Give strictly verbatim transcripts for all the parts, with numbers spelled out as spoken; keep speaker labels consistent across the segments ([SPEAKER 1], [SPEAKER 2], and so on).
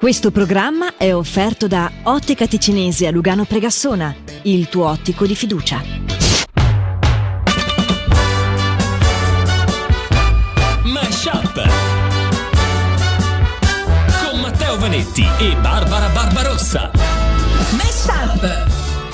[SPEAKER 1] Questo programma è offerto da Ottica Ticinese a Lugano Pregassona, il tuo ottico di fiducia.
[SPEAKER 2] Mashup con Matteo Vanetti e Barbara Barbarossa.
[SPEAKER 3] Mashup.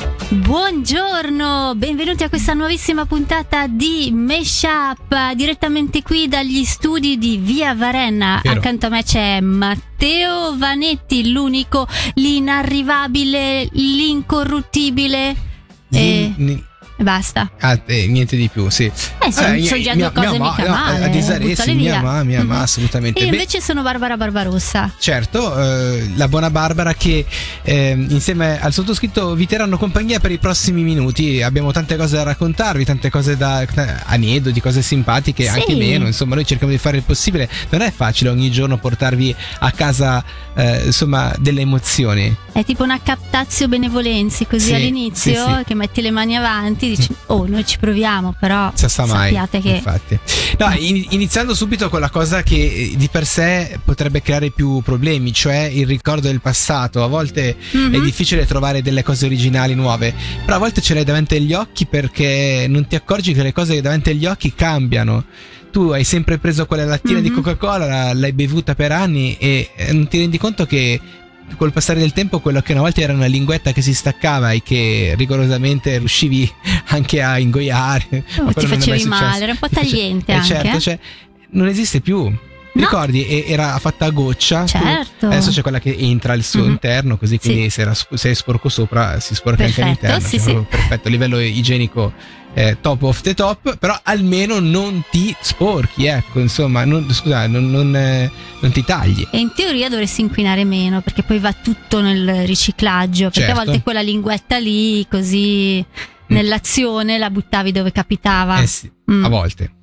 [SPEAKER 4] Buongiorno, benvenuti a questa nuovissima puntata di Mashup, direttamente qui dagli studi di Via Varenna.
[SPEAKER 5] Vero.
[SPEAKER 4] Accanto a me c'è Matteo Vanetti, l'unico, l'inarrivabile, l'incorruttibile e...
[SPEAKER 5] Ni-
[SPEAKER 4] basta.
[SPEAKER 5] Ah, eh, niente di più, sì.
[SPEAKER 4] Eh, sono,
[SPEAKER 5] Eh,
[SPEAKER 4] sono già
[SPEAKER 5] mia-
[SPEAKER 4] due cose
[SPEAKER 5] mia
[SPEAKER 4] mica
[SPEAKER 5] ma- no,
[SPEAKER 4] male.
[SPEAKER 5] a Desaresi,
[SPEAKER 4] buttale
[SPEAKER 5] mia
[SPEAKER 4] via.
[SPEAKER 5] ma, mia ma,
[SPEAKER 4] Mhm.
[SPEAKER 5] assolutamente.
[SPEAKER 4] E io
[SPEAKER 5] Beh,
[SPEAKER 4] invece sono Barbara Barbarossa.
[SPEAKER 5] certo, eh, la buona Barbara che eh, insieme al sottoscritto vi terranno compagnia per i prossimi minuti. Abbiamo tante cose da raccontarvi, tante cose da aneddoti, cose simpatiche,
[SPEAKER 4] Sì.
[SPEAKER 5] anche meno. Insomma, noi cerchiamo di fare il possibile. Non è facile ogni giorno portarvi a casa eh, insomma delle emozioni.
[SPEAKER 4] È tipo una captatio benevolenzi, così
[SPEAKER 5] Sì,
[SPEAKER 4] all'inizio,
[SPEAKER 5] sì, sì.
[SPEAKER 4] che metti le mani avanti, dici oh noi ci proviamo, però
[SPEAKER 5] Si sa mai,
[SPEAKER 4] sappiate che
[SPEAKER 5] infatti. No, in- iniziando subito con la cosa che eh, di per sé potrebbe creare più problemi, cioè il ricordo del passato. A volte
[SPEAKER 4] Mhm.
[SPEAKER 5] è difficile trovare delle cose originali nuove, però a volte ce l'hai davanti agli occhi perché non ti accorgi che le cose davanti agli occhi cambiano. Tu hai sempre preso quella lattina di
[SPEAKER 4] Mhm.
[SPEAKER 5] Coca-Cola, l'hai bevuta per anni e eh, non ti rendi conto che col passare del tempo quello che una volta era una linguetta che si staccava e che rigorosamente riuscivi anche a ingoiare,
[SPEAKER 4] Oh,
[SPEAKER 5] ma
[SPEAKER 4] ti
[SPEAKER 5] quello non è mai
[SPEAKER 4] facevi
[SPEAKER 5] successo.
[SPEAKER 4] male, era un po'
[SPEAKER 5] Ti face-
[SPEAKER 4] tagliente
[SPEAKER 5] eh,
[SPEAKER 4] anche,
[SPEAKER 5] certo,
[SPEAKER 4] eh?
[SPEAKER 5] cioè, non esiste più. Ricordi? E- era fatta a goccia. Tu-
[SPEAKER 4] Certo.
[SPEAKER 5] adesso c'è quella che entra al suo
[SPEAKER 4] Mhm.
[SPEAKER 5] interno, così quindi
[SPEAKER 4] Sì.
[SPEAKER 5] se, era, se è sporco sopra si sporca anche
[SPEAKER 4] Perfetto,
[SPEAKER 5] all'interno.
[SPEAKER 4] sì,
[SPEAKER 5] Cioè,
[SPEAKER 4] sì.
[SPEAKER 5] proprio perfetto, a livello igienico eh, top of the top, però almeno non ti sporchi, ecco, insomma, non, scusa, non, non, eh, non ti tagli.
[SPEAKER 4] E in teoria dovresti inquinare meno, perché poi va tutto nel riciclaggio, perché
[SPEAKER 5] Certo.
[SPEAKER 4] a volte quella linguetta lì così nell'azione la buttavi dove capitava.
[SPEAKER 5] Eh sì,
[SPEAKER 4] Mm.
[SPEAKER 5] a volte.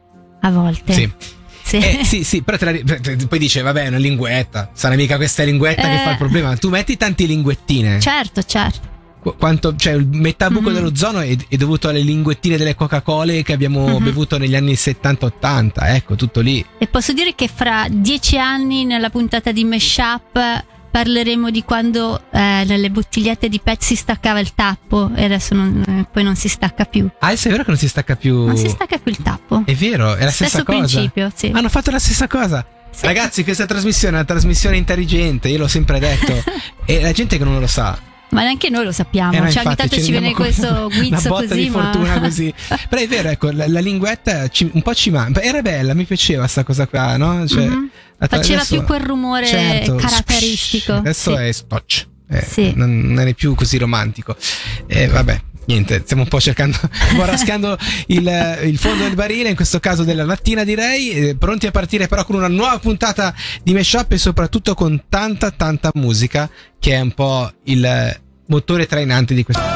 [SPEAKER 4] A volte.
[SPEAKER 5] Sì.
[SPEAKER 4] Sì.
[SPEAKER 5] Eh, sì, sì, però te la, poi dice, vabbè, è una linguetta, sarà mica questa linguetta che
[SPEAKER 4] Eh.
[SPEAKER 5] fa il problema. Tu metti tanti linguettine.
[SPEAKER 4] Certo, certo.
[SPEAKER 5] Qu- Quanto, cioè, il metà buco
[SPEAKER 4] Mhm.
[SPEAKER 5] dell'ozono è, è dovuto alle linguettine delle Coca-Cola che abbiamo
[SPEAKER 4] Mhm.
[SPEAKER 5] bevuto negli anni settanta ottanta, ecco, tutto lì.
[SPEAKER 4] E posso dire che fra dieci anni nella puntata di Mashup parleremo di quando eh, nelle bottigliette di Pet si staccava il tappo e adesso non- eh, poi non si stacca più.
[SPEAKER 5] Ah, è vero che non si stacca più.
[SPEAKER 4] Non si stacca più il tappo.
[SPEAKER 5] È vero, è la
[SPEAKER 4] Stesso
[SPEAKER 5] stessa cosa.
[SPEAKER 4] principio, sì.
[SPEAKER 5] Hanno fatto la stessa cosa.
[SPEAKER 4] Sì.
[SPEAKER 5] Ragazzi, questa trasmissione è una trasmissione intelligente, io l'ho sempre detto. E la gente che non lo sa.
[SPEAKER 4] Ma neanche noi lo sappiamo,
[SPEAKER 5] Eh no,
[SPEAKER 4] cioè ogni
[SPEAKER 5] infatti,
[SPEAKER 4] tanto ci
[SPEAKER 5] rendiamo
[SPEAKER 4] viene
[SPEAKER 5] conto-
[SPEAKER 4] questo guizzo
[SPEAKER 5] una botta
[SPEAKER 4] così,
[SPEAKER 5] di
[SPEAKER 4] ma...
[SPEAKER 5] fortuna così. Però è vero, ecco, la, la linguetta ci- un po' ci manca. Era bella, mi piaceva sta cosa qua, no? Cioè,
[SPEAKER 4] Mhm.
[SPEAKER 5] attra-
[SPEAKER 4] Faceva
[SPEAKER 5] adesso-
[SPEAKER 4] più quel rumore
[SPEAKER 5] certo,
[SPEAKER 4] caratteristico.
[SPEAKER 5] Adesso
[SPEAKER 4] Sì.
[SPEAKER 5] è stoccia. Eh,
[SPEAKER 4] Sì.
[SPEAKER 5] non, non è più così romantico. E vabbè, niente, stiamo un po' cercando, un po' rascando il, il fondo del barile, in questo caso della mattina direi, eh, pronti a partire però con una nuova puntata di Mashup e soprattutto con tanta tanta musica che è un po' il motore trainante di questo.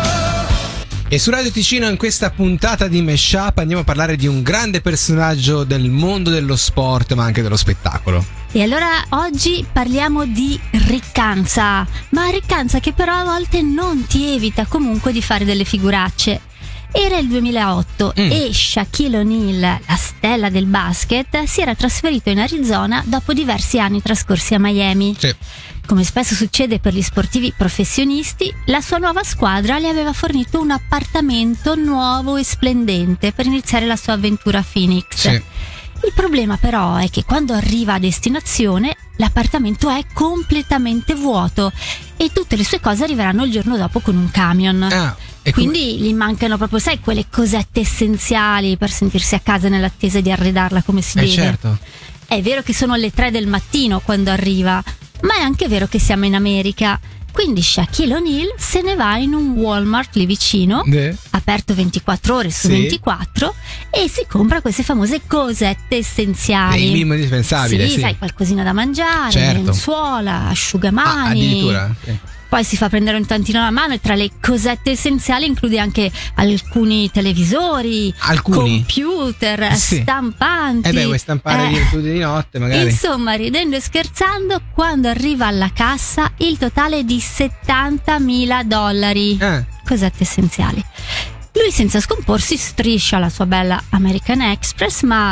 [SPEAKER 5] E su Radio Ticino in questa puntata di Mashup andiamo a parlare di un grande personaggio del mondo dello sport ma anche dello spettacolo.
[SPEAKER 4] E allora oggi parliamo di riccanza, ma riccanza che però a volte non ti evita comunque di fare delle figuracce. Era il duemilaotto
[SPEAKER 5] Mm.
[SPEAKER 4] e Shaquille O'Neal, la stella del basket, si era trasferito in Arizona dopo diversi anni trascorsi a Miami.
[SPEAKER 5] Sì.
[SPEAKER 4] Come spesso succede per gli sportivi professionisti, la sua nuova squadra le aveva fornito un appartamento nuovo e splendente per iniziare la sua avventura a Phoenix.
[SPEAKER 5] Sì.
[SPEAKER 4] Il problema però è che quando arriva a destinazione l'appartamento è completamente vuoto e tutte le sue cose arriveranno il giorno dopo con un camion.
[SPEAKER 5] Ah, e come-
[SPEAKER 4] Quindi gli mancano proprio, sai, quelle cosette essenziali per sentirsi a casa nell'attesa di arredarla come si
[SPEAKER 5] eh,
[SPEAKER 4] deve.
[SPEAKER 5] certo.
[SPEAKER 4] È vero che sono le tre del mattino quando arriva, ma è anche vero che siamo in America. Quindi Shaquille O'Neal se ne va in un Walmart lì vicino,
[SPEAKER 5] Eh.
[SPEAKER 4] aperto ventiquattro ore su
[SPEAKER 5] Sì.
[SPEAKER 4] ventiquattro, e si compra queste famose cosette essenziali.
[SPEAKER 5] Il minimo indispensabile, sì.
[SPEAKER 4] sai, qualcosina da mangiare,
[SPEAKER 5] Certo.
[SPEAKER 4] lenzuola, asciugamani.
[SPEAKER 5] Ah, addirittura. Sì.
[SPEAKER 4] Poi si fa prendere un tantino la mano e tra le cosette essenziali include anche alcuni televisori,
[SPEAKER 5] Alcuni?
[SPEAKER 4] computer,
[SPEAKER 5] Sì.
[SPEAKER 4] stampanti.
[SPEAKER 5] Eh beh, vuoi stampare
[SPEAKER 4] Eh,
[SPEAKER 5] di studi di notte magari.
[SPEAKER 4] Insomma, ridendo e scherzando, quando arriva alla cassa il totale è di settantamila dollari.
[SPEAKER 5] Ah,
[SPEAKER 4] Cosette essenziali. Lui senza scomporsi striscia la sua bella American Express, ma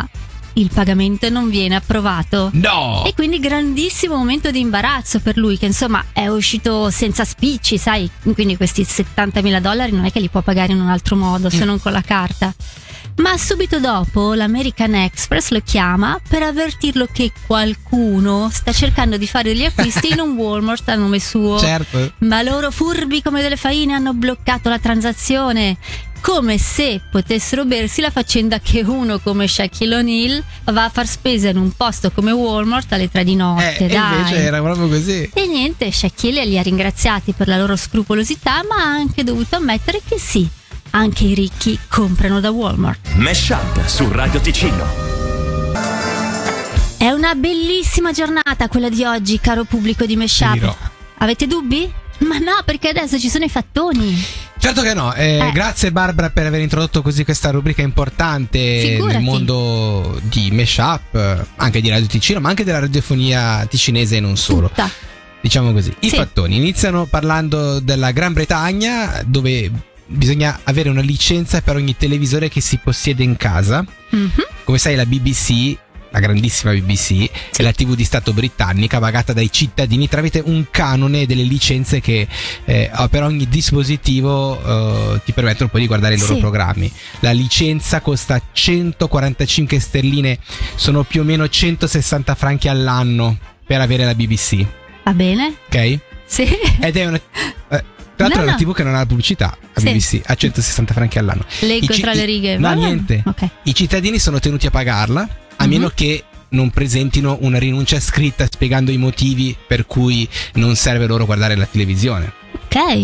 [SPEAKER 4] il pagamento non viene approvato.
[SPEAKER 5] No!
[SPEAKER 4] E quindi grandissimo momento di imbarazzo per lui, che insomma è uscito senza spicci, sai, quindi questi settantamila dollari non è che li può pagare in un altro modo se non con la carta. Ma subito dopo l'American Express lo chiama per avvertirlo che qualcuno sta cercando di fare degli acquisti in un Walmart a nome suo.
[SPEAKER 5] Certo.
[SPEAKER 4] Ma loro, furbi come delle faine, hanno bloccato la transazione, come se potessero bersi la faccenda che uno come Shaquille O'Neal va a far spesa in un posto come Walmart alle tre di notte.
[SPEAKER 5] Eh, e
[SPEAKER 4] dai.
[SPEAKER 5] invece era proprio così.
[SPEAKER 4] E niente, Shaquille li ha ringraziati per la loro scrupolosità, ma ha anche dovuto ammettere che sì, anche i ricchi comprano da Walmart.
[SPEAKER 2] Mashup su Radio Ticino.
[SPEAKER 4] È una bellissima giornata quella di oggi, caro pubblico di Mashup.
[SPEAKER 5] Dirò.
[SPEAKER 4] Avete dubbi? Ma no, perché adesso ci sono i fattoni.
[SPEAKER 5] Certo che no, eh,
[SPEAKER 4] Eh.
[SPEAKER 5] grazie Barbara per aver introdotto così questa rubrica importante
[SPEAKER 4] Figurati.
[SPEAKER 5] nel mondo di Mashup, anche di Radio Ticino, ma anche della radiofonia ticinese e non solo.
[SPEAKER 4] Tutta.
[SPEAKER 5] Diciamo così. I
[SPEAKER 4] Sì.
[SPEAKER 5] fattoni iniziano parlando della Gran Bretagna, dove bisogna avere una licenza per ogni televisore che si possiede in casa.
[SPEAKER 4] Mhm.
[SPEAKER 5] Come sai, la B B C, la grandissima B B C, è la tivù di Stato britannica pagata dai cittadini tramite un canone delle licenze che eh, per ogni dispositivo eh, ti permettono poi di guardare i loro
[SPEAKER 4] Sì.
[SPEAKER 5] programmi. La licenza costa centoquarantacinque sterline, sono più o meno centosessanta franchi all'anno per avere la B B C,
[SPEAKER 4] Va bene?
[SPEAKER 5] ok?
[SPEAKER 4] Sì.
[SPEAKER 5] Ed è una... eh, tra l'altro
[SPEAKER 4] No,
[SPEAKER 5] è una
[SPEAKER 4] no.
[SPEAKER 5] tivù che non ha la pubblicità, la
[SPEAKER 4] Sì.
[SPEAKER 5] B B C, a centosessanta franchi all'anno.
[SPEAKER 4] Leggo
[SPEAKER 5] I ci-
[SPEAKER 4] tra le righe.
[SPEAKER 5] No,
[SPEAKER 4] Va bene.
[SPEAKER 5] niente.
[SPEAKER 4] Ok.
[SPEAKER 5] I cittadini sono tenuti a pagarla, a
[SPEAKER 4] Mhm.
[SPEAKER 5] meno che non presentino una rinuncia scritta spiegando i motivi per cui non serve loro guardare la televisione.
[SPEAKER 4] Ok.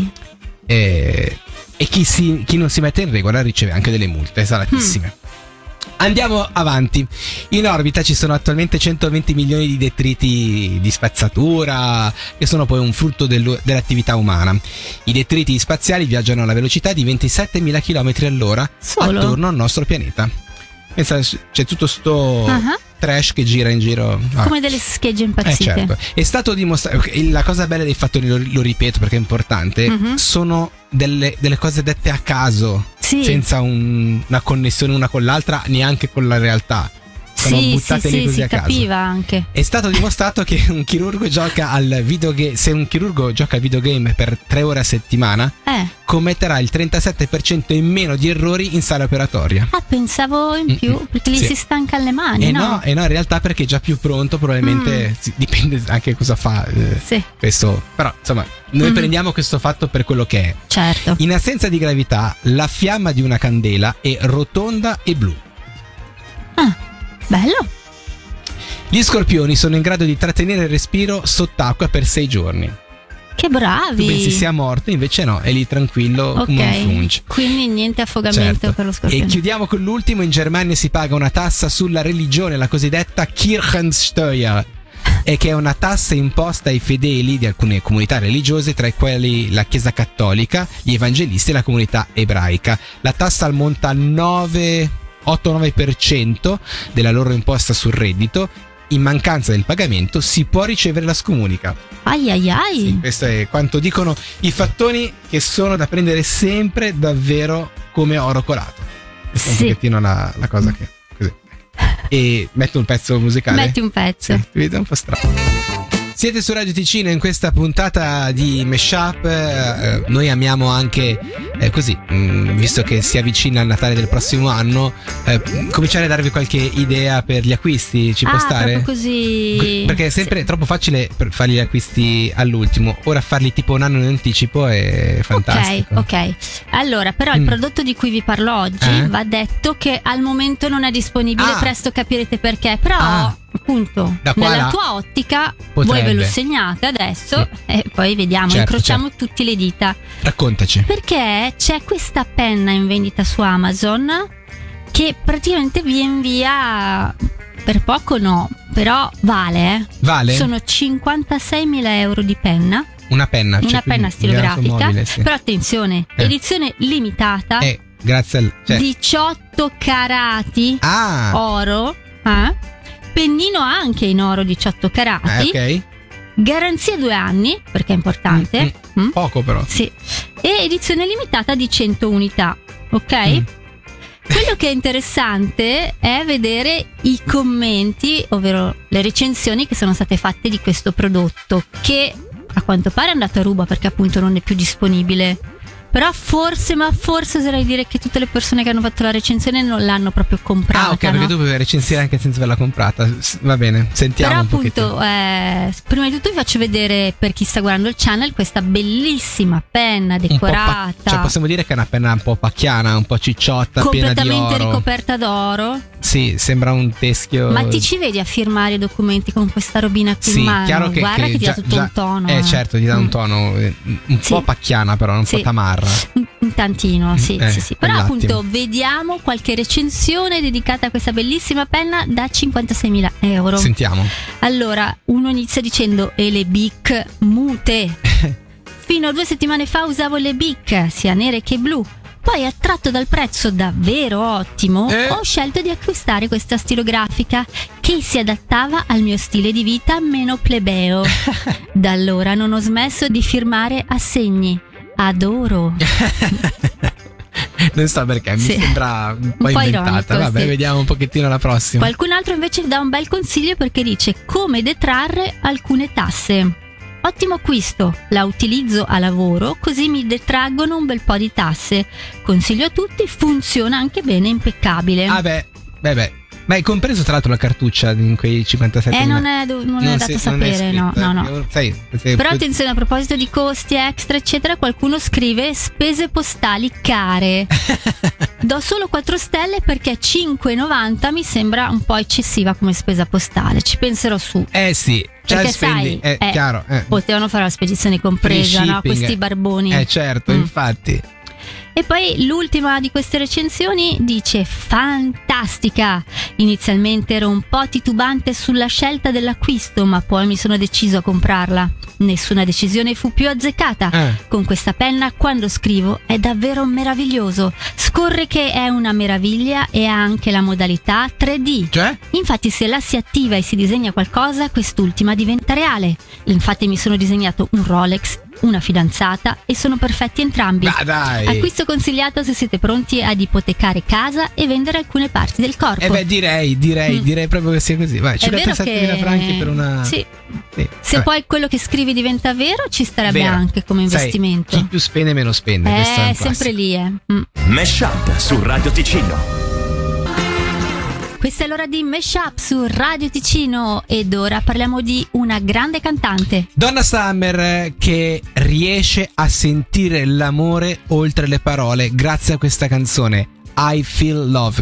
[SPEAKER 5] E, e chi, si, chi non si mette in regola riceve anche delle multe salatissime.
[SPEAKER 4] Mm.
[SPEAKER 5] Andiamo avanti. In orbita ci sono attualmente centoventi milioni di detriti di spazzatura, che sono poi un frutto dello- dell'attività umana. I detriti spaziali viaggiano alla velocità di ventisettemila chilometri all'ora
[SPEAKER 4] Solo?
[SPEAKER 5] attorno al nostro pianeta. Pensa, c'è tutto sto
[SPEAKER 4] Ah.
[SPEAKER 5] trash che gira in giro. Ah.
[SPEAKER 4] Come delle schegge
[SPEAKER 5] Eh,
[SPEAKER 4] impazzite.
[SPEAKER 5] certo. È stato dimostrato. La cosa bella dei fattori, lo, lo ripeto perché è importante,
[SPEAKER 4] Mhm.
[SPEAKER 5] sono delle, delle cose dette a caso,
[SPEAKER 4] Sì.
[SPEAKER 5] senza un- una connessione una con l'altra, neanche con la realtà. Sono
[SPEAKER 4] Sì, sì,
[SPEAKER 5] buttate lì
[SPEAKER 4] sì,
[SPEAKER 5] così
[SPEAKER 4] si
[SPEAKER 5] a caso.
[SPEAKER 4] capiva anche.
[SPEAKER 5] È stato dimostrato che un chirurgo gioca al videogame. Se un chirurgo gioca al videogame per tre ore a settimana,
[SPEAKER 4] Eh.
[SPEAKER 5] commetterà il trentasette per cento in meno di errori in sala operatoria.
[SPEAKER 4] Ah, pensavo in più,
[SPEAKER 5] Mm-mm.
[SPEAKER 4] perché gli
[SPEAKER 5] Sì.
[SPEAKER 4] si stanca alle mani,
[SPEAKER 5] E
[SPEAKER 4] no?
[SPEAKER 5] no, e no, in realtà perché è già più pronto, probabilmente
[SPEAKER 4] Mm.
[SPEAKER 5] sì, dipende anche cosa fa. eh,
[SPEAKER 4] Sì,
[SPEAKER 5] Questo, però, insomma, noi
[SPEAKER 4] Mhm.
[SPEAKER 5] prendiamo questo fatto per quello che è.
[SPEAKER 4] certo.
[SPEAKER 5] In assenza di gravità, la fiamma di una candela è rotonda e blu.
[SPEAKER 4] Ah, bello.
[SPEAKER 5] Gli scorpioni sono in grado di trattenere il respiro sott'acqua per sei giorni.
[SPEAKER 4] Che
[SPEAKER 5] Tu
[SPEAKER 4] bravi.
[SPEAKER 5] pensi sia morto, invece no, è lì tranquillo come un funge.
[SPEAKER 4] Ok, quindi niente affogamento
[SPEAKER 5] Certo.
[SPEAKER 4] per lo
[SPEAKER 5] E
[SPEAKER 4] scorpione.
[SPEAKER 5] chiudiamo con l'ultimo. In Germania si paga una tassa sulla religione, la cosiddetta Kirchensteuer, e che è una tassa imposta ai fedeli di alcune comunità religiose, tra i quali la Chiesa Cattolica, gli evangelisti e la comunità ebraica. La tassa ammonta al nove otto nove per cento della loro imposta sul reddito. In mancanza del pagamento si può ricevere la scomunica.
[SPEAKER 4] Ai ai ai.
[SPEAKER 5] Questo è quanto dicono i fattoni, che sono da prendere sempre davvero come oro colato. Questa è un
[SPEAKER 4] Sì.
[SPEAKER 5] pochettino la, la cosa che... Così. E metto un pezzo musicale.
[SPEAKER 4] Metti un pezzo.
[SPEAKER 5] Sì, mi vede un po' strano. Siete su Radio Ticino in questa puntata di Mashup. Eh, noi amiamo anche eh, così, mh, visto che si avvicina il Natale del prossimo anno, eh, cominciare a darvi qualche idea per gli acquisti. Ci può
[SPEAKER 4] Ah,
[SPEAKER 5] stare?
[SPEAKER 4] proprio così.
[SPEAKER 5] Perché è sempre
[SPEAKER 4] Sì.
[SPEAKER 5] troppo facile per fargli gli acquisti all'ultimo. Ora farli tipo un anno in anticipo è fantastico.
[SPEAKER 4] Ok, ok. Allora, però il
[SPEAKER 5] Mm.
[SPEAKER 4] prodotto di cui vi parlo oggi
[SPEAKER 5] Eh?
[SPEAKER 4] va detto che al momento non è disponibile,
[SPEAKER 5] Ah.
[SPEAKER 4] presto capirete perché. Però,
[SPEAKER 5] Ah.
[SPEAKER 4] appunto,
[SPEAKER 5] Da qua
[SPEAKER 4] nella
[SPEAKER 5] là
[SPEAKER 4] tua ottica,
[SPEAKER 5] potrebbe.
[SPEAKER 4] voi ve lo segnate adesso e poi vediamo,
[SPEAKER 5] Certo,
[SPEAKER 4] incrociamo tutte le dita.
[SPEAKER 5] Raccontaci.
[SPEAKER 4] Perché c'è questa penna in vendita su Amazon che praticamente vi invia per poco, no, però vale, eh.
[SPEAKER 5] Vale?
[SPEAKER 4] Sono cinquantaseimila euro di penna,
[SPEAKER 5] Una penna.
[SPEAKER 4] una
[SPEAKER 5] cioè,
[SPEAKER 4] penna
[SPEAKER 5] quindi viene sul
[SPEAKER 4] stilografica,
[SPEAKER 5] mobile, sì.
[SPEAKER 4] però attenzione,
[SPEAKER 5] Eh.
[SPEAKER 4] edizione limitata,
[SPEAKER 5] Eh, grazie al... Cioè,
[SPEAKER 4] diciotto carati
[SPEAKER 5] ah,
[SPEAKER 4] oro, eh? Pennino anche in oro diciotto carati,
[SPEAKER 5] eh, ok.
[SPEAKER 4] garanzia due anni, perché è importante,
[SPEAKER 5] Mm,
[SPEAKER 4] mm?
[SPEAKER 5] Poco però.
[SPEAKER 4] Sì. E edizione limitata di cento unità, ok?
[SPEAKER 5] Mm.
[SPEAKER 4] Quello che è interessante è vedere i commenti, ovvero le recensioni che sono state fatte di questo prodotto, che a quanto pare è andato a ruba perché appunto non è più disponibile. Però forse, ma forse oserei dire che tutte le persone che hanno fatto la recensione non l'hanno proprio comprata.
[SPEAKER 5] Ah, ok,
[SPEAKER 4] no?
[SPEAKER 5] perché tu puoi recensire anche senza averla comprata. S- Va bene, sentiamo
[SPEAKER 4] Però
[SPEAKER 5] un pochettino.
[SPEAKER 4] appunto, eh, prima di tutto vi faccio vedere, per chi sta guardando il channel, questa bellissima penna
[SPEAKER 5] Un po'
[SPEAKER 4] decorata.
[SPEAKER 5] pa- cioè possiamo dire che è una penna un po' pacchiana, un po' cicciotta, piena di oro.
[SPEAKER 4] completamente ricoperta d'oro.
[SPEAKER 5] Sì, sembra un teschio.
[SPEAKER 4] Ma ti ci vedi a firmare i documenti con questa robina qui
[SPEAKER 5] Sì,
[SPEAKER 4] in mano?
[SPEAKER 5] chiaro che,
[SPEAKER 4] Guarda che,
[SPEAKER 5] che
[SPEAKER 4] ti
[SPEAKER 5] già,
[SPEAKER 4] dà tutto
[SPEAKER 5] già-
[SPEAKER 4] un tono.
[SPEAKER 5] Eh, certo, ti dà
[SPEAKER 4] Mm.
[SPEAKER 5] un tono eh, un
[SPEAKER 4] Sì.
[SPEAKER 5] po' pacchiana, però, un
[SPEAKER 4] Sì.
[SPEAKER 5] po' tamarra.
[SPEAKER 4] Un, un tantino, sì,
[SPEAKER 5] Eh,
[SPEAKER 4] sì, sì. Però
[SPEAKER 5] quell'attimo.
[SPEAKER 4] appunto vediamo qualche recensione dedicata a questa bellissima penna da cinquantaseimila euro.
[SPEAKER 5] Sentiamo.
[SPEAKER 4] Allora, uno inizia dicendo: e le Bic mute. Fino a due settimane fa usavo le Bic, sia nere che blu. Poi, attratto dal prezzo davvero ottimo,
[SPEAKER 5] Eh?
[SPEAKER 4] ho scelto di acquistare questa stilografica che si adattava al mio stile di vita meno plebeo. Da allora non ho smesso di firmare assegni. Adoro.
[SPEAKER 5] Non so perché, mi
[SPEAKER 4] Sì.
[SPEAKER 5] sembra un po'
[SPEAKER 4] po'
[SPEAKER 5] inventata.
[SPEAKER 4] ironico,
[SPEAKER 5] Vabbè,
[SPEAKER 4] sì.
[SPEAKER 5] vediamo un pochettino la prossima.
[SPEAKER 4] Qualcun altro invece dà un bel consiglio perché dice come detrarre alcune tasse. Ottimo acquisto, la utilizzo a lavoro così mi detraggono un bel po' di tasse. Consiglio a tutti, funziona anche bene, impeccabile.
[SPEAKER 5] Ah beh, beh, beh. Ma hai compreso tra l'altro la cartuccia in quei cinquantasette
[SPEAKER 4] Eh, non è, non è dato
[SPEAKER 5] si- non è
[SPEAKER 4] sapere, no,
[SPEAKER 5] scritto,
[SPEAKER 4] no,
[SPEAKER 5] eh,
[SPEAKER 4] no.
[SPEAKER 5] Sai, se-
[SPEAKER 4] Però attenzione, a proposito di costi extra eccetera, qualcuno scrive spese postali care. Do solo quattro stelle perché cinque e novanta mi sembra un po' eccessiva come spesa postale. Ci penserò su.
[SPEAKER 5] Eh sì, cioè
[SPEAKER 4] Perché
[SPEAKER 5] spendi,
[SPEAKER 4] sai,
[SPEAKER 5] è
[SPEAKER 4] eh,
[SPEAKER 5] chiaro. Eh.
[SPEAKER 4] Potevano fare la spedizione compresa,
[SPEAKER 5] Free
[SPEAKER 4] no?
[SPEAKER 5] shipping.
[SPEAKER 4] Questi barboni.
[SPEAKER 5] Eh certo,
[SPEAKER 4] Mm.
[SPEAKER 5] infatti.
[SPEAKER 4] E poi l'ultima di queste recensioni dice: fantastica! Inizialmente ero un po' titubante sulla scelta dell'acquisto, ma poi mi sono deciso a comprarla. Nessuna decisione fu più azzeccata.
[SPEAKER 5] Eh.
[SPEAKER 4] Con questa penna, quando scrivo, è davvero meraviglioso. Scorre che è una meraviglia e ha anche la modalità tre D.
[SPEAKER 5] Cioè?
[SPEAKER 4] Infatti, se la si attiva e si disegna qualcosa, quest'ultima diventa reale. Infatti mi sono disegnato un Rolex, una fidanzata e sono perfetti entrambi.
[SPEAKER 5] Ma dai.
[SPEAKER 4] Acquisto consigliato se siete pronti ad ipotecare casa e vendere alcune parti del corpo.
[SPEAKER 5] Eh beh, direi, direi,
[SPEAKER 4] Mm.
[SPEAKER 5] direi proprio che sia così. Vai,
[SPEAKER 4] È vero
[SPEAKER 5] cinquantasettemila
[SPEAKER 4] che
[SPEAKER 5] franchi per una.
[SPEAKER 4] Sì.
[SPEAKER 5] Sì.
[SPEAKER 4] Se
[SPEAKER 5] Vabbè.
[SPEAKER 4] poi quello che scrivi diventa vero, ci starebbe
[SPEAKER 5] Vero.
[SPEAKER 4] anche come
[SPEAKER 5] Sai,
[SPEAKER 4] investimento.
[SPEAKER 5] chi più spende meno spende. questo è un
[SPEAKER 4] Eh,
[SPEAKER 5] classico.
[SPEAKER 4] sempre lì, eh. Mm.
[SPEAKER 2] Mesh Up su Radio Ticino.
[SPEAKER 4] Questa è l'ora di Meshup su Radio Ticino ed ora parliamo di una grande cantante.
[SPEAKER 5] Donna Summer eh, che riesce a sentire l'amore oltre le parole grazie a questa canzone I Feel Love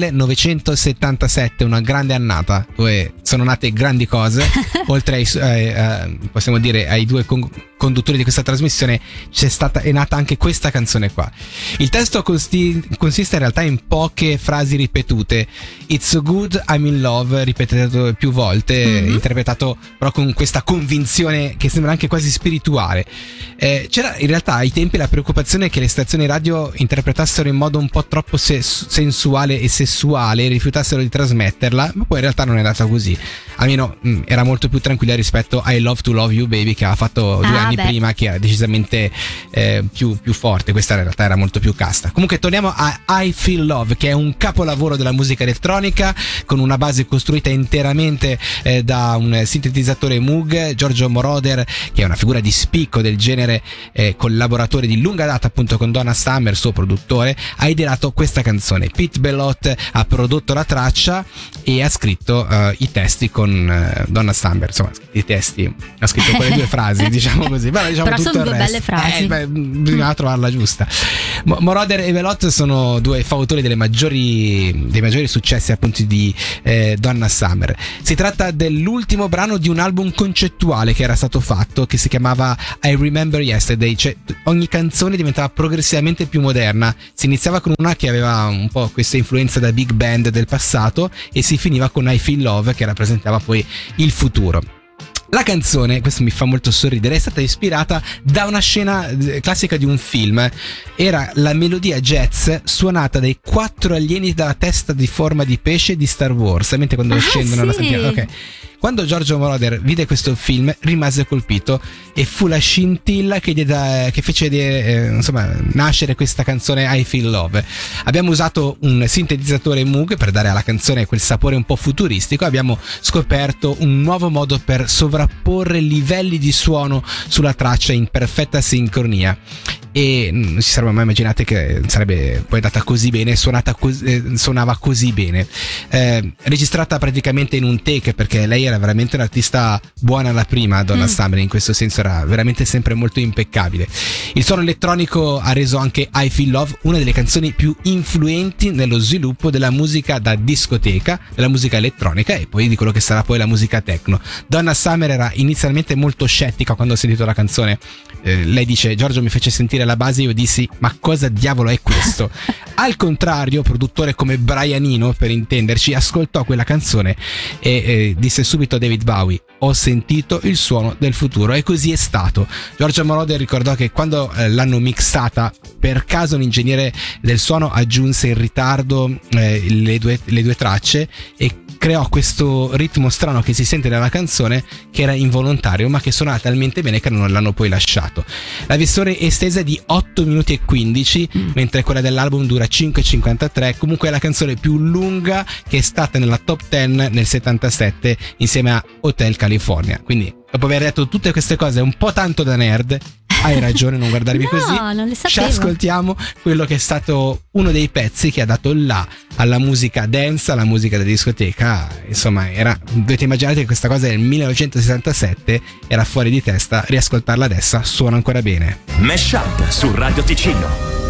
[SPEAKER 5] millenovecentosettantasette, una grande annata dove sono nate grandi cose. Oltre ai, eh, eh, possiamo dire, ai due con- conduttori di questa trasmissione c'è stata, è nata anche questa canzone qua. Il testo costi- consiste in realtà in poche frasi ripetute. It's so good, I'm in love, ripetuto più volte,
[SPEAKER 4] Mhm.
[SPEAKER 5] interpretato però con questa convinzione che sembra anche quasi spirituale. Eh, c'era in realtà ai tempi la preoccupazione che le stazioni radio interpretassero in modo un po' troppo se- sensuale e sessuale e rifiutassero di trasmetterla, ma poi in realtà non è andata così. Almeno mh, era molto più tranquilla rispetto a I Love to Love You Baby, che aveva fatto due
[SPEAKER 4] Ah,
[SPEAKER 5] anni
[SPEAKER 4] beh.
[SPEAKER 5] prima, che era decisamente eh, più, più forte. Questa in realtà era molto più casta. Comunque torniamo a I Feel Love, che è un capolavoro della musica elettronica con una base costruita interamente eh, da un sintetizzatore Moog. Giorgio Moroder, che è una figura di spicco del genere, eh, collaboratore di lunga data appunto con Donna Summer, suo produttore, ha ideato questa canzone. Pete Bellotte ha prodotto la traccia e ha scritto eh, i testi con eh, Donna Summer. Insomma, i testi, ha scritto quelle due frasi, diciamo così. Però, diciamo,
[SPEAKER 4] Però
[SPEAKER 5] tutto
[SPEAKER 4] sono
[SPEAKER 5] il
[SPEAKER 4] due
[SPEAKER 5] resto.
[SPEAKER 4] belle frasi.
[SPEAKER 5] Eh, beh, bisognava trovarla giusta. Mo- Moroder e Bellotte sono due fautori delle maggiori, dei maggiori successi appunto di eh, Donna Summer. Si tratta dell'ultimo brano di un album concettuale che era stato fatto, che si chiamava I Remember Yesterday. Cioè ogni canzone diventava progressivamente più moderna. Si iniziava con una che aveva un po' questa influenza da big band del passato e si finiva con I Feel Love, che rappresentava poi il futuro. La canzone, questo mi fa molto sorridere, è stata ispirata da una scena eh, classica di un film. Era la melodia jazz suonata dai quattro alieni dalla testa di forma di pesce di Star Wars, mentre quando
[SPEAKER 4] Ah,
[SPEAKER 5] scendono la
[SPEAKER 4] sì.
[SPEAKER 5] sentiamo. Ok. Quando Giorgio Moroder vide questo film rimase colpito e fu la scintilla che, diede, che fece eh, insomma, nascere questa canzone I Feel Love. Abbiamo usato un sintetizzatore Moog per dare alla canzone quel sapore un po' futuristico. Abbiamo scoperto un nuovo modo per sovrapporre livelli di suono sulla traccia in perfetta sincronia, e non si sarebbe mai immaginate che sarebbe poi andata così bene, suonata così, eh, suonava così bene, eh, registrata praticamente in un take, perché lei era veramente un'artista buona alla prima, Donna mm. Summer, in questo senso era veramente sempre molto impeccabile. Il suono elettronico ha reso anche I Feel Love una delle canzoni più influenti nello sviluppo della musica da discoteca, della musica elettronica e poi di quello che sarà poi la musica techno. Donna Summer era inizialmente molto scettica quando ha sentito la canzone. Eh, lei dice: Giorgio mi fece sentire la base, io dissi ma cosa diavolo è questo? Al contrario, produttore come Brian Eno, per intenderci, ascoltò quella canzone e eh, disse subito a David Bowie: ho sentito il suono del futuro, e così è stato. Giorgio Moroder ricordò che quando eh, l'hanno mixata, per caso un ingegnere del suono aggiunse in ritardo eh, le, due, le due tracce e creò questo ritmo strano che si sente nella canzone, che era involontario ma che suonava talmente bene che non l'hanno poi lasciato. La versione estesa è di otto minuti e quindici, mm. mentre quella dell'album dura cinque e cinquantatré. Comunque è la canzone più lunga che è stata nella top dieci nel settantasette insieme a Hotel California. Quindi, dopo aver detto tutte queste cose un po' tanto da nerd, hai ragione, non guardarmi
[SPEAKER 4] no,
[SPEAKER 5] così.
[SPEAKER 4] Non le sapevo.
[SPEAKER 5] Ci ascoltiamo quello che è stato uno dei pezzi che ha dato là alla musica dance, alla musica da discoteca. Insomma, era, dovete immaginare che questa cosa è del millenovecentosessantasette, era fuori di testa. Riascoltarla adesso suona ancora bene.
[SPEAKER 2] Mashup su Radio Ticino.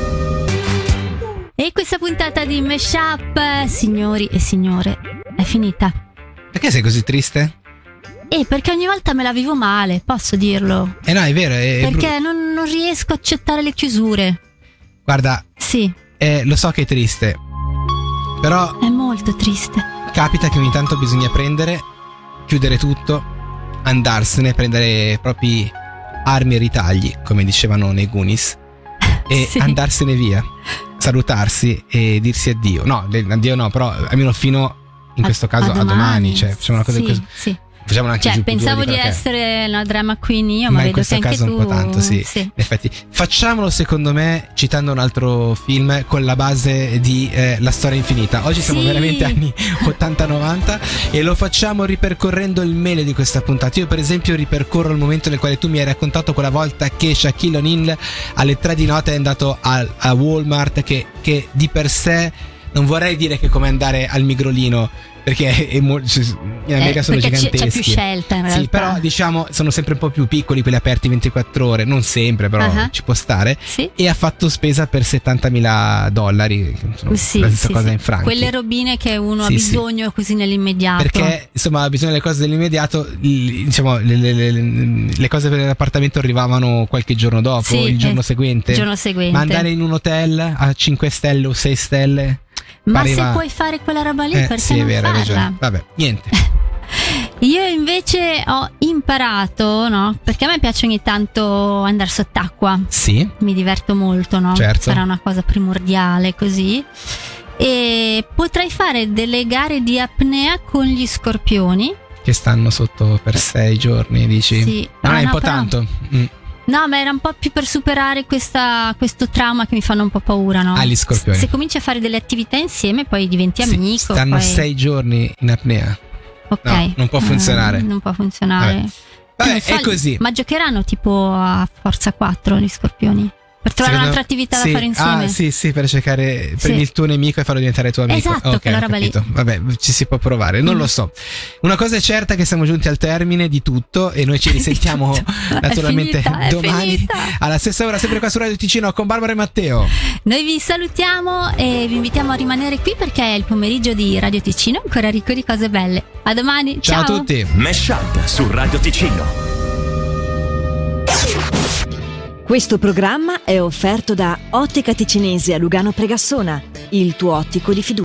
[SPEAKER 4] E questa puntata di Mashup, signori e signore, è finita.
[SPEAKER 5] Perché sei così triste?
[SPEAKER 4] Eh, perché ogni volta me la vivo male, posso dirlo.
[SPEAKER 5] Eh no, è vero, è
[SPEAKER 4] perché bru- non, non riesco a accettare le chiusure.
[SPEAKER 5] Guarda,
[SPEAKER 4] sì,
[SPEAKER 5] eh, lo so che è triste, però
[SPEAKER 4] è molto triste.
[SPEAKER 5] Capita che ogni tanto bisogna prendere, chiudere tutto, andarsene, prendere i propri armi e ritagli, come dicevano nei Goonies, e sì. andarsene via, salutarsi e dirsi addio. No, addio no, però almeno fino in questo caso a domani, a domani, cioè facciamo una cosa
[SPEAKER 4] sì,
[SPEAKER 5] così.
[SPEAKER 4] Sì.
[SPEAKER 5] Facciamo anche
[SPEAKER 4] cioè,
[SPEAKER 5] giù
[SPEAKER 4] pensavo di
[SPEAKER 5] perché...
[SPEAKER 4] essere la drama queen io, ma,
[SPEAKER 5] ma in
[SPEAKER 4] vedo
[SPEAKER 5] questo
[SPEAKER 4] che anche
[SPEAKER 5] caso
[SPEAKER 4] tu...
[SPEAKER 5] un po' tanto, sì.
[SPEAKER 4] sì.
[SPEAKER 5] In effetti, facciamolo secondo me citando un altro film con la base di eh, La storia infinita. Oggi siamo
[SPEAKER 4] sì.
[SPEAKER 5] veramente anni ottanta novanta e lo facciamo ripercorrendo il mele di questa puntata. Io per esempio ripercorro il momento nel quale tu mi hai raccontato quella volta che Shaquille O'Neal alle tre di notte è andato a, a Walmart, che, che di per sé non vorrei dire che è come andare al Migrolino, perché è mo- in America
[SPEAKER 4] eh,
[SPEAKER 5] sono giganteschi.
[SPEAKER 4] C'è più scelta in realtà.
[SPEAKER 5] Sì, però diciamo sono sempre un po' più piccoli, quelli aperti ventiquattro ore, non sempre, però uh-huh. ci può stare.
[SPEAKER 4] Sì.
[SPEAKER 5] E ha fatto spesa per settantamila dollari, insomma,
[SPEAKER 4] sì,
[SPEAKER 5] la stessa
[SPEAKER 4] sì,
[SPEAKER 5] cosa
[SPEAKER 4] sì.
[SPEAKER 5] in franchi.
[SPEAKER 4] Quelle robine che uno
[SPEAKER 5] sì,
[SPEAKER 4] ha bisogno
[SPEAKER 5] sì.
[SPEAKER 4] così nell'immediato.
[SPEAKER 5] Perché insomma ha bisogno delle cose dell'immediato, diciamo le, le, le, le cose per l'appartamento arrivavano qualche giorno dopo,
[SPEAKER 4] sì,
[SPEAKER 5] il giorno
[SPEAKER 4] eh,
[SPEAKER 5] seguente.
[SPEAKER 4] Il giorno seguente.
[SPEAKER 5] Ma andare in un hotel a cinque stelle o sei stelle?
[SPEAKER 4] Ma
[SPEAKER 5] pareva...
[SPEAKER 4] se puoi fare quella roba lì,
[SPEAKER 5] eh,
[SPEAKER 4] perché
[SPEAKER 5] sì,
[SPEAKER 4] non
[SPEAKER 5] è vero,
[SPEAKER 4] farla?
[SPEAKER 5] hai ragione. Vabbè, niente.
[SPEAKER 4] Io invece ho imparato, no? Perché a me piace ogni tanto andare sott'acqua.
[SPEAKER 5] Sì.
[SPEAKER 4] Mi diverto molto, no?
[SPEAKER 5] Certo.
[SPEAKER 4] Sarà una cosa primordiale così. E potrei fare delle gare di apnea con gli scorpioni.
[SPEAKER 5] Che stanno sotto per sei giorni, dici?
[SPEAKER 4] Sì.
[SPEAKER 5] Non
[SPEAKER 4] no,
[SPEAKER 5] è un
[SPEAKER 4] no,
[SPEAKER 5] po'
[SPEAKER 4] però...
[SPEAKER 5] tanto? Mm.
[SPEAKER 4] No, ma era un po' più per superare questa, questo trauma che mi fanno un po' paura, no?
[SPEAKER 5] Ah, gli scorpioni.
[SPEAKER 4] Se cominci a fare delle attività insieme, poi diventi
[SPEAKER 5] sì,
[SPEAKER 4] amico.
[SPEAKER 5] Stanno
[SPEAKER 4] poi...
[SPEAKER 5] sei giorni in apnea.
[SPEAKER 4] Ok.
[SPEAKER 5] No, non può funzionare.
[SPEAKER 4] Uh, non può funzionare.
[SPEAKER 5] Vabbè, Vabbè
[SPEAKER 4] so,
[SPEAKER 5] è così.
[SPEAKER 4] Ma giocheranno tipo a Forza quattro gli scorpioni? Per trovare
[SPEAKER 5] Secondo...
[SPEAKER 4] un'altra attività
[SPEAKER 5] sì.
[SPEAKER 4] da fare insieme?
[SPEAKER 5] Ah, sì, sì, per cercare.
[SPEAKER 4] Sì.
[SPEAKER 5] Prendi il tuo nemico e farlo diventare tuo amico.
[SPEAKER 4] Esatto,
[SPEAKER 5] okay,
[SPEAKER 4] quella roba lì.
[SPEAKER 5] Vabbè, ci si può provare, non mm. lo so. Una cosa è certa, che siamo giunti al termine di tutto e noi ci risentiamo naturalmente
[SPEAKER 4] è finita,
[SPEAKER 5] domani
[SPEAKER 4] è finita.
[SPEAKER 5] alla stessa ora, sempre qua su Radio Ticino con Barbara e Matteo.
[SPEAKER 4] Noi vi salutiamo e vi invitiamo a rimanere qui perché è il pomeriggio di Radio Ticino, ancora ricco di cose belle. A domani,
[SPEAKER 5] ciao,
[SPEAKER 4] ciao
[SPEAKER 5] a tutti.
[SPEAKER 2] Mashup su Radio Ticino.
[SPEAKER 1] Questo programma è offerto da Ottica Ticinese a Lugano Pregassona, il tuo ottico di fiducia.